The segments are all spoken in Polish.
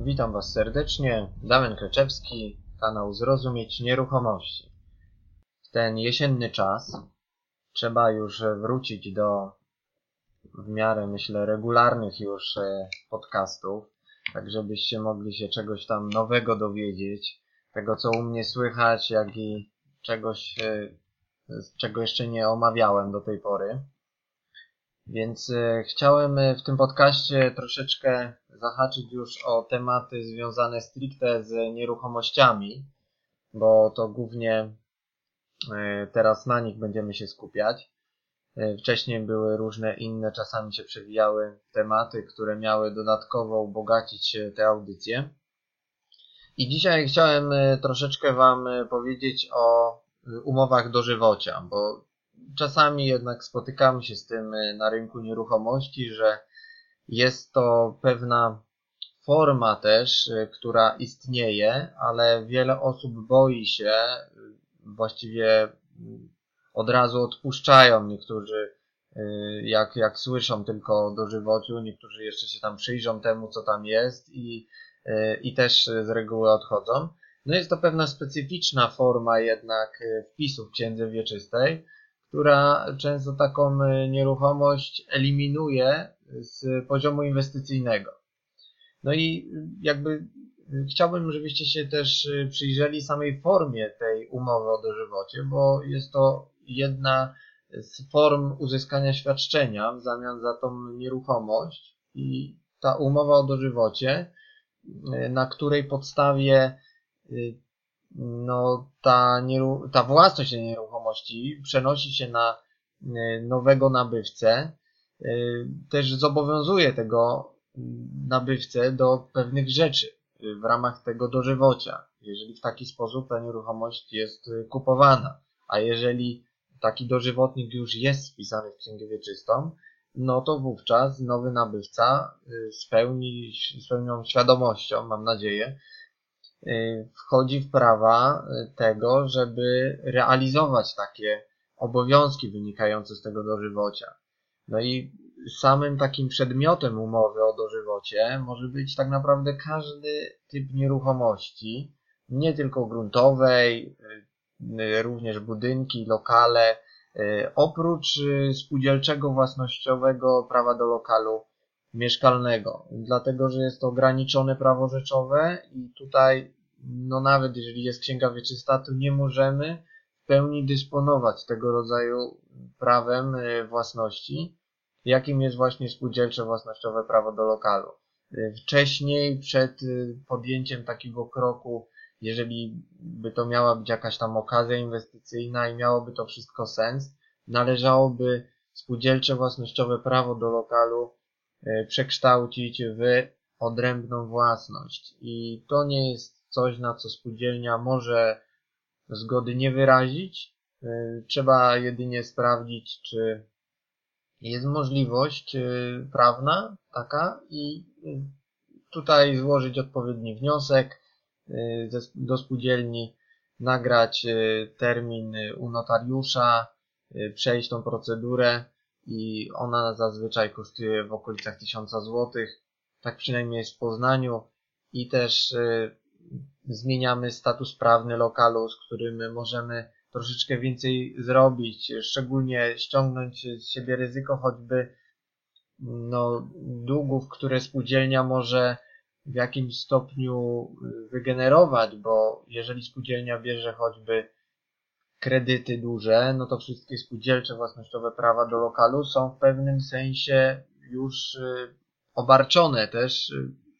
Witam Was serdecznie, Damian Kleczewski, kanał Zrozumieć Nieruchomości. W ten jesienny czas trzeba już wrócić do w miarę, myślę, regularnych już podcastów, tak żebyście mogli się czegoś tam nowego dowiedzieć, tego co u mnie słychać, jak i czegoś, czego jeszcze nie omawiałem do tej pory. Więc chciałem w tym podcaście troszeczkę zahaczyć już o tematy związane stricte z nieruchomościami, bo to głównie teraz na nich będziemy się skupiać. Wcześniej były różne inne, czasami się przewijały tematy, które miały dodatkowo ubogacić te audycje. I dzisiaj chciałem troszeczkę Wam powiedzieć o umowach dożywocia, bo czasami jednak spotykamy się z tym na rynku nieruchomości, że jest to pewna forma też, która istnieje, ale wiele osób boi się, właściwie od razu odpuszczają. Niektórzy jak słyszą tylko o dożywociu, niektórzy jeszcze się tam przyjrzą temu, co tam jest i też z reguły odchodzą. No jest to pewna specyficzna forma jednak wpisu w księdze wieczystej, która często taką nieruchomość eliminuje z poziomu inwestycyjnego. No i jakby chciałbym, żebyście się też przyjrzeli samej formie tej umowy o dożywocie, bo jest to jedna z form uzyskania świadczenia w zamian za tą nieruchomość i ta umowa o dożywocie, na której podstawie ta własność tej nieruchomości przenosi się na nowego nabywcę, też zobowiązuje tego nabywcę do pewnych rzeczy w ramach tego dożywocia, jeżeli w taki sposób ta nieruchomość jest kupowana. A jeżeli taki dożywotnik już jest wpisany w księgę wieczystą, no to wówczas nowy nabywca z pełną świadomością, mam nadzieję, wchodzi w prawa tego, żeby realizować takie obowiązki wynikające z tego dożywocia. No i samym takim przedmiotem umowy o dożywocie może być tak naprawdę każdy typ nieruchomości, nie tylko gruntowej, również budynki, lokale, oprócz spółdzielczego własnościowego prawa do lokalu mieszkalnego, dlatego że jest to ograniczone prawo rzeczowe i tutaj, no nawet jeżeli jest księga wieczysta, to nie możemy w pełni dysponować tego rodzaju prawem własności, jakim jest właśnie spółdzielcze własnościowe prawo do lokalu. Wcześniej, przed podjęciem takiego kroku, jeżeli by to miała być jakaś tam okazja inwestycyjna i miałoby to wszystko sens, należałoby spółdzielcze własnościowe prawo do lokalu przekształcić w odrębną własność. I to nie jest coś, na co spółdzielnia może zgody nie wyrazić. Trzeba jedynie sprawdzić, czy jest możliwość prawna taka i tutaj złożyć odpowiedni wniosek do spółdzielni, nagrać termin u notariusza, przejść tą procedurę i ona zazwyczaj kosztuje w okolicach 1000 zł. Tak przynajmniej jest w Poznaniu i też zmieniamy status prawny lokalu, z którym możemy troszeczkę więcej zrobić, szczególnie ściągnąć z siebie ryzyko choćby długów, które spółdzielnia może w jakimś stopniu wygenerować, bo jeżeli spółdzielnia bierze choćby kredyty duże, no to wszystkie spółdzielcze własnościowe prawa do lokalu są w pewnym sensie już obarczone też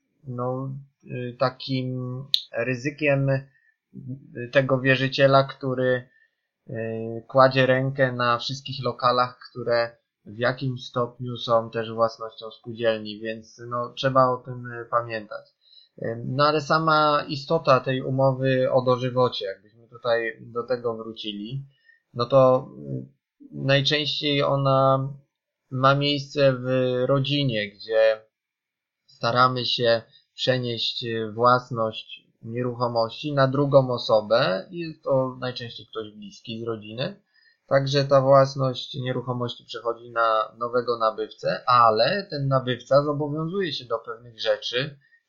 takim ryzykiem tego wierzyciela, który kładzie rękę na wszystkich lokalach, które w jakimś stopniu są też własnością spółdzielni, więc trzeba o tym pamiętać. No ale sama istota tej umowy o dożywocie, jakbyśmy tutaj do tego wrócili, no to najczęściej ona ma miejsce w rodzinie, gdzie staramy się przenieść własność nieruchomości na drugą osobę i jest to najczęściej ktoś bliski z rodziny. Także ta własność nieruchomości przechodzi na nowego nabywcę, ale ten nabywca zobowiązuje się do pewnych rzeczy,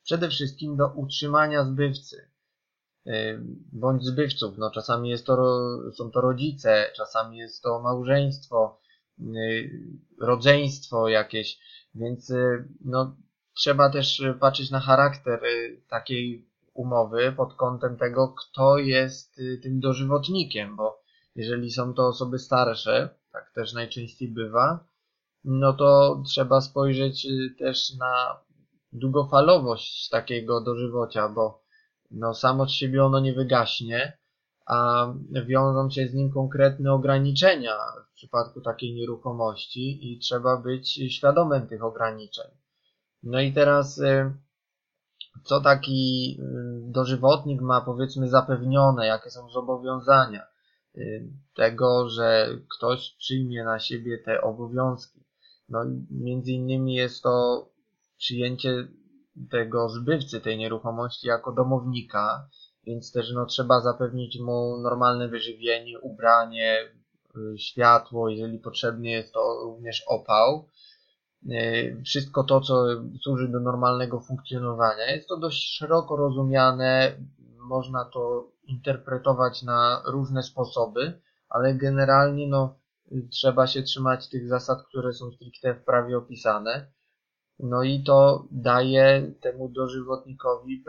przede wszystkim do utrzymania zbywcy bądź zbywców. No, czasami są to rodzice, czasami jest to małżeństwo, rodzeństwo jakieś, więc no, trzeba też patrzeć na charakter takiej umowy pod kątem tego, kto jest tym dożywotnikiem, bo jeżeli są to osoby starsze, tak też najczęściej bywa, no to trzeba spojrzeć też na długofalowość takiego dożywocia, bo no samo z siebie ono nie wygaśnie, a wiążą się z nim konkretne ograniczenia w przypadku takiej nieruchomości i trzeba być świadomym tych ograniczeń. No i teraz co taki dożywotnik ma, powiedzmy, zapewnione, jakie są zobowiązania tego, że ktoś przyjmie na siebie te obowiązki. No między innymi jest to przyjęcie tego zbywcy tej nieruchomości jako domownika, więc też no, trzeba zapewnić mu normalne wyżywienie, ubranie, światło, jeżeli potrzebny jest to również opał. Wszystko to, co służy do normalnego funkcjonowania. Jest to dość szeroko rozumiane, można to interpretować na różne sposoby, ale generalnie no, trzeba się trzymać tych zasad, które są stricte w prawie opisane. No i to daje temu dożywotnikowi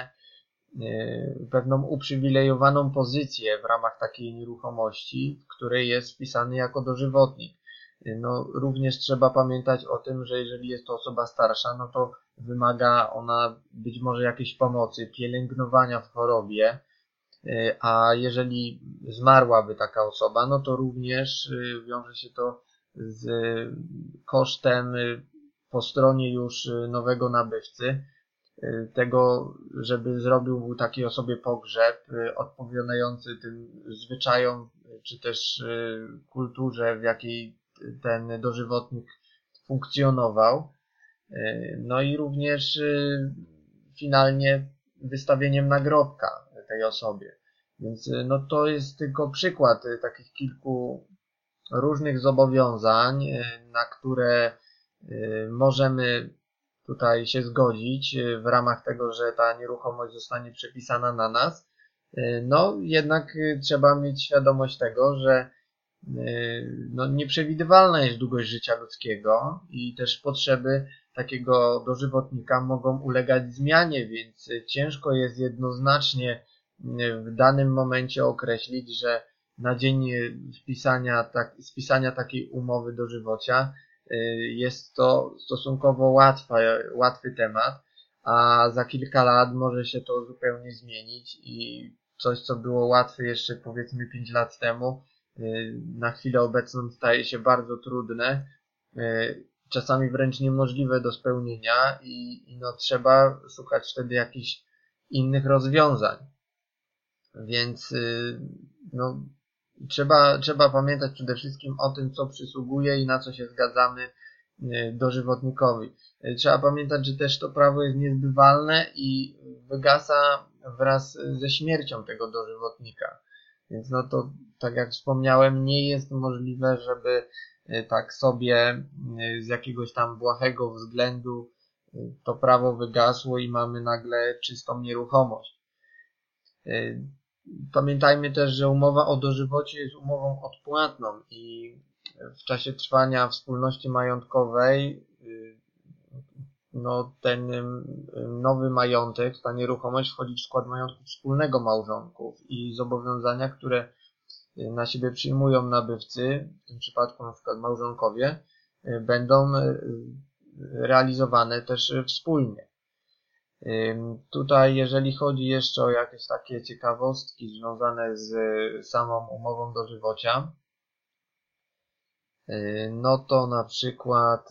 pewną uprzywilejowaną pozycję w ramach takiej nieruchomości, w której jest wpisany jako dożywotnik. No, również trzeba pamiętać o tym, że jeżeli jest to osoba starsza, no to wymaga ona być może jakiejś pomocy, pielęgnowania w chorobie, a jeżeli zmarłaby taka osoba, no to również wiąże się to z kosztem po stronie już nowego nabywcy, tego, żeby zrobił takiej osobie pogrzeb odpowiadający tym zwyczajom, czy też kulturze, w jakiej ten dożywotnik funkcjonował. No i również finalnie wystawieniem nagrobka tej osobie. Więc no to jest tylko przykład takich kilku różnych zobowiązań, na które możemy tutaj się zgodzić w ramach tego, że ta nieruchomość zostanie przepisana na nas. No jednak trzeba mieć świadomość tego, że no, nieprzewidywalna jest długość życia ludzkiego i też potrzeby takiego dożywotnika mogą ulegać zmianie, więc ciężko jest jednoznacznie w danym momencie określić, że na dzień spisania takiej umowy dożywocia jest to stosunkowo łatwy temat, a za kilka lat może się to zupełnie zmienić i coś, co było łatwe jeszcze powiedzmy 5 lat temu, na chwilę obecną staje się bardzo trudne, czasami wręcz niemożliwe do spełnienia i no, trzeba szukać wtedy jakichś innych rozwiązań. Więc no, trzeba pamiętać przede wszystkim o tym, co przysługuje i na co się zgadzamy dożywotnikowi. Trzeba pamiętać, że też to prawo jest niezbywalne i wygasa wraz ze śmiercią tego dożywotnika. Więc no to, tak jak wspomniałem, nie jest możliwe, żeby tak sobie z jakiegoś tam błahego względu to prawo wygasło i mamy nagle czystą nieruchomość. Pamiętajmy też, że umowa o dożywocie jest umową odpłatną i w czasie trwania wspólności majątkowej no, ten nowy majątek, ta nieruchomość wchodzi w skład majątku wspólnego małżonków i zobowiązania, które na siebie przyjmują nabywcy, w tym przypadku na przykład małżonkowie, będą realizowane też wspólnie. Tutaj, jeżeli chodzi jeszcze o jakieś takie ciekawostki związane z samą umową dożywocia, no to na przykład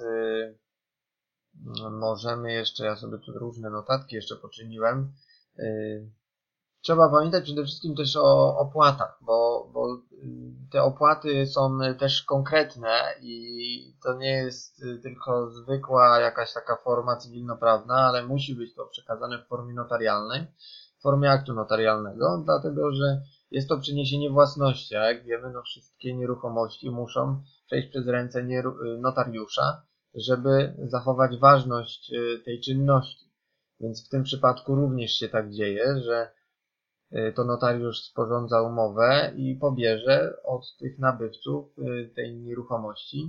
możemy jeszcze, ja sobie tu różne notatki jeszcze poczyniłem, trzeba pamiętać przede wszystkim też o opłatach, bo te opłaty są też konkretne i to nie jest tylko zwykła jakaś taka forma cywilnoprawna, ale musi być to przekazane w formie notarialnej, w formie aktu notarialnego, dlatego że jest to przeniesienie własności, a jak wiemy, no wszystkie nieruchomości muszą przejść przez ręce notariusza, żeby zachować ważność tej czynności. Więc w tym przypadku również się tak dzieje, że to notariusz sporządza umowę i pobierze od tych nabywców tej nieruchomości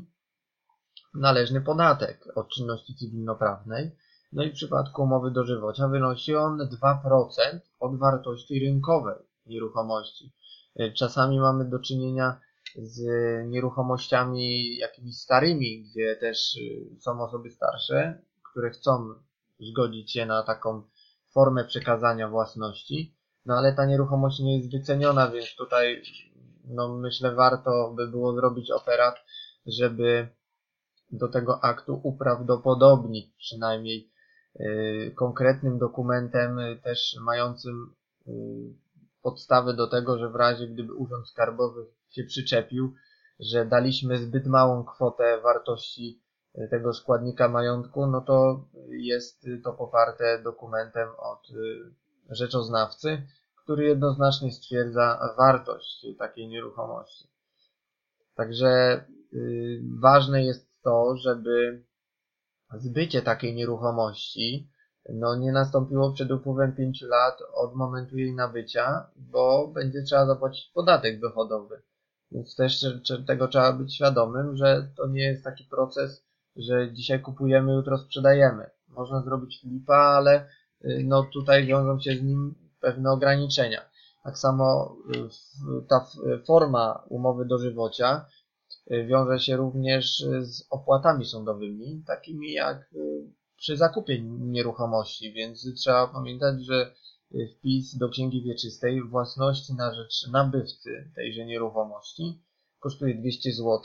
należny podatek od czynności cywilnoprawnej. No i w przypadku umowy dożywocia wynosi on 2% od wartości rynkowej nieruchomości. Czasami mamy do czynienia z nieruchomościami jakimiś starymi, gdzie też są osoby starsze, które chcą zgodzić się na taką formę przekazania własności, no ale ta nieruchomość nie jest wyceniona, więc tutaj myślę warto by było zrobić operat, żeby do tego aktu uprawdopodobnić przynajmniej konkretnym dokumentem też mającym podstawy do tego, że w razie gdyby Urząd Skarbowy się przyczepił, że daliśmy zbyt małą kwotę wartości tego składnika majątku, no to jest to poparte dokumentem od rzeczoznawcy, który jednoznacznie stwierdza wartość takiej nieruchomości. Także ważne jest to, żeby zbycie takiej nieruchomości nie nastąpiło przed upływem 5 lat od momentu jej nabycia, bo będzie trzeba zapłacić podatek dochodowy. Więc też tego trzeba być świadomym, że to nie jest taki proces, że dzisiaj kupujemy, jutro sprzedajemy. Można zrobić flipa, ale tutaj wiążą się z nim pewne ograniczenia. Tak samo ta forma umowy dożywocia wiąże się również z opłatami sądowymi, takimi jak przy zakupie nieruchomości, więc trzeba pamiętać, że wpis do Księgi Wieczystej własności na rzecz nabywcy tejże nieruchomości kosztuje 200 zł,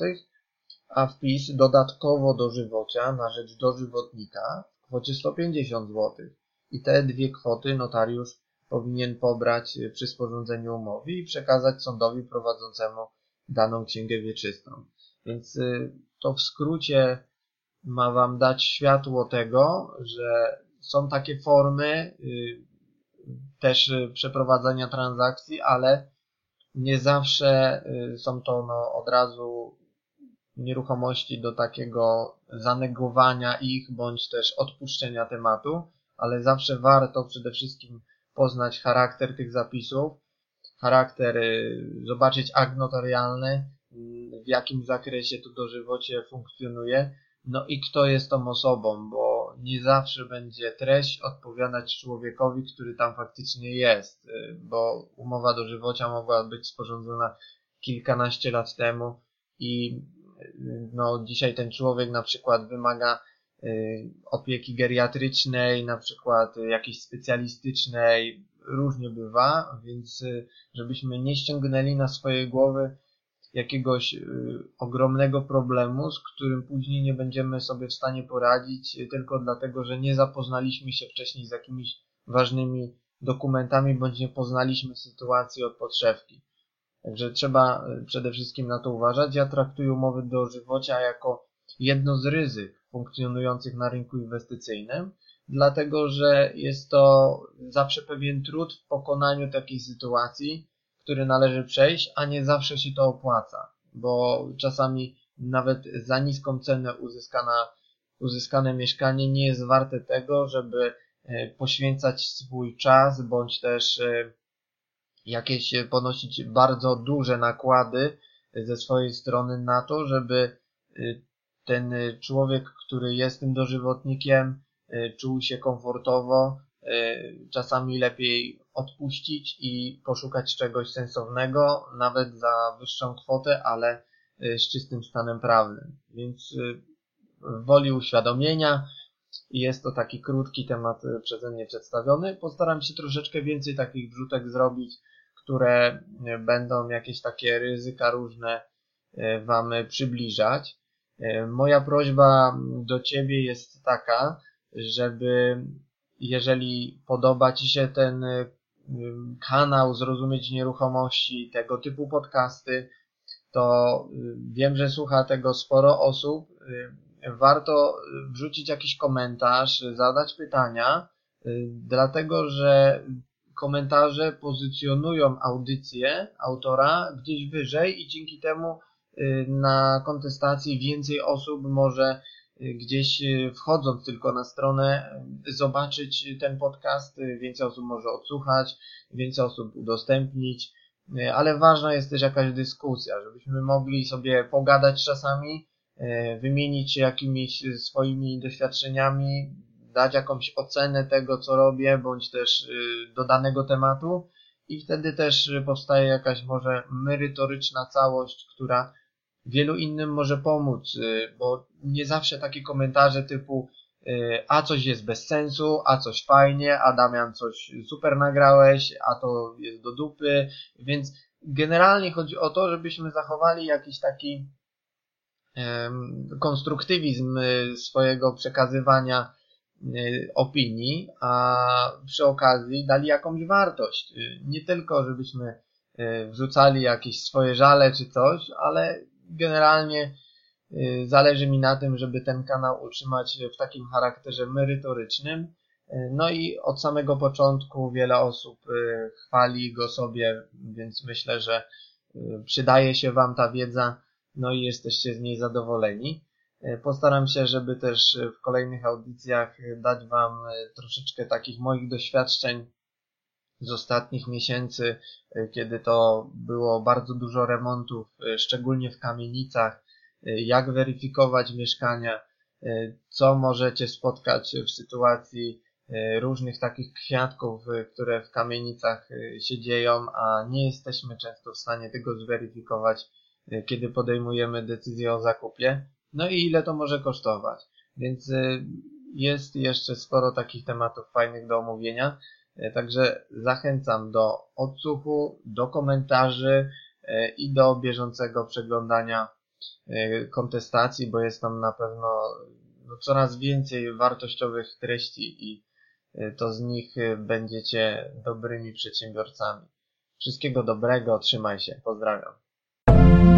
a wpis dodatkowo dożywocia na rzecz dożywotnika w kwocie 150 zł. I te dwie kwoty notariusz powinien pobrać przy sporządzeniu umowy i przekazać sądowi prowadzącemu daną księgę wieczystą. Więc to w skrócie ma Wam dać światło tego, że są takie formy też przeprowadzania transakcji, ale nie zawsze są to od razu nieruchomości do takiego zanegowania ich, bądź też odpuszczenia tematu, ale zawsze warto przede wszystkim poznać charakter tych zapisów, zobaczyć akt notarialny, w jakim zakresie to dożywocie funkcjonuje, i kto jest tą osobą, bo nie zawsze będzie treść odpowiadać człowiekowi, który tam faktycznie jest, bo umowa dożywocia mogła być sporządzona kilkanaście lat temu i dzisiaj ten człowiek na przykład wymaga opieki geriatrycznej, na przykład jakiejś specjalistycznej, różnie bywa, więc żebyśmy nie ściągnęli na swoje głowy jakiegoś ogromnego problemu, z którym później nie będziemy sobie w stanie poradzić tylko dlatego, że nie zapoznaliśmy się wcześniej z jakimiś ważnymi dokumentami, bądź nie poznaliśmy sytuacji od podszewki. Także trzeba przede wszystkim na to uważać. Ja traktuję umowy dożywocia jako jedno z ryzyk funkcjonujących na rynku inwestycyjnym, dlatego że jest to zawsze pewien trud w pokonaniu takiej sytuacji, który należy przejść, a nie zawsze się to opłaca, bo czasami nawet za niską cenę uzyskane mieszkanie nie jest warte tego, żeby poświęcać swój czas, bądź też jakieś ponosić bardzo duże nakłady ze swojej strony na to, żeby ten człowiek, który jest tym dożywotnikiem, czuł się komfortowo. Czasami lepiej odpuścić i poszukać czegoś sensownego, nawet za wyższą kwotę, ale z czystym stanem prawnym. Więc w woli uświadomienia jest to taki krótki temat przeze mnie przedstawiony. Postaram się troszeczkę więcej takich wrzutek zrobić, które będą jakieś takie ryzyka różne Wam przybliżać. Moja prośba do Ciebie jest taka, żeby jeżeli podoba Ci się ten kanał Zrozumieć Nieruchomości, tego typu podcasty, to wiem, że słucha tego sporo osób. Warto wrzucić jakiś komentarz, zadać pytania, dlatego że komentarze pozycjonują audycję autora gdzieś wyżej i dzięki temu na kontestacji więcej osób może gdzieś wchodząc tylko na stronę zobaczyć ten podcast, więcej osób może odsłuchać, więcej osób udostępnić, ale ważna jest też jakaś dyskusja, żebyśmy mogli sobie pogadać czasami, wymienić się jakimiś swoimi doświadczeniami, dać jakąś ocenę tego, co robię, bądź też do danego tematu i wtedy też powstaje jakaś może merytoryczna całość, która wielu innym może pomóc, bo nie zawsze takie komentarze typu a coś jest bez sensu, a coś fajnie, a Damian coś super nagrałeś, a to jest do dupy, więc generalnie chodzi o to, żebyśmy zachowali jakiś taki konstruktywizm swojego przekazywania opinii, a przy okazji dali jakąś wartość. Nie tylko, żebyśmy wrzucali jakieś swoje żale czy coś, ale generalnie zależy mi na tym, żeby ten kanał utrzymać w takim charakterze merytorycznym. No i od samego początku wiele osób chwali go sobie, więc myślę, że przydaje się Wam ta wiedza, no i jesteście z niej zadowoleni. Postaram się, żeby też w kolejnych audycjach dać Wam troszeczkę takich moich doświadczeń z ostatnich miesięcy, kiedy to było bardzo dużo remontów, szczególnie w kamienicach, jak weryfikować mieszkania, co możecie spotkać w sytuacji różnych takich kwiatków, które w kamienicach się dzieją, a nie jesteśmy często w stanie tego zweryfikować, kiedy podejmujemy decyzję o zakupie. No i ile to może kosztować. Więc jest jeszcze sporo takich tematów fajnych do omówienia. Także zachęcam do odsłuchu, do komentarzy i do bieżącego przeglądania kontestacji, bo jest tam na pewno coraz więcej wartościowych treści i to z nich będziecie dobrymi przedsiębiorcami. Wszystkiego dobrego, trzymaj się, pozdrawiam.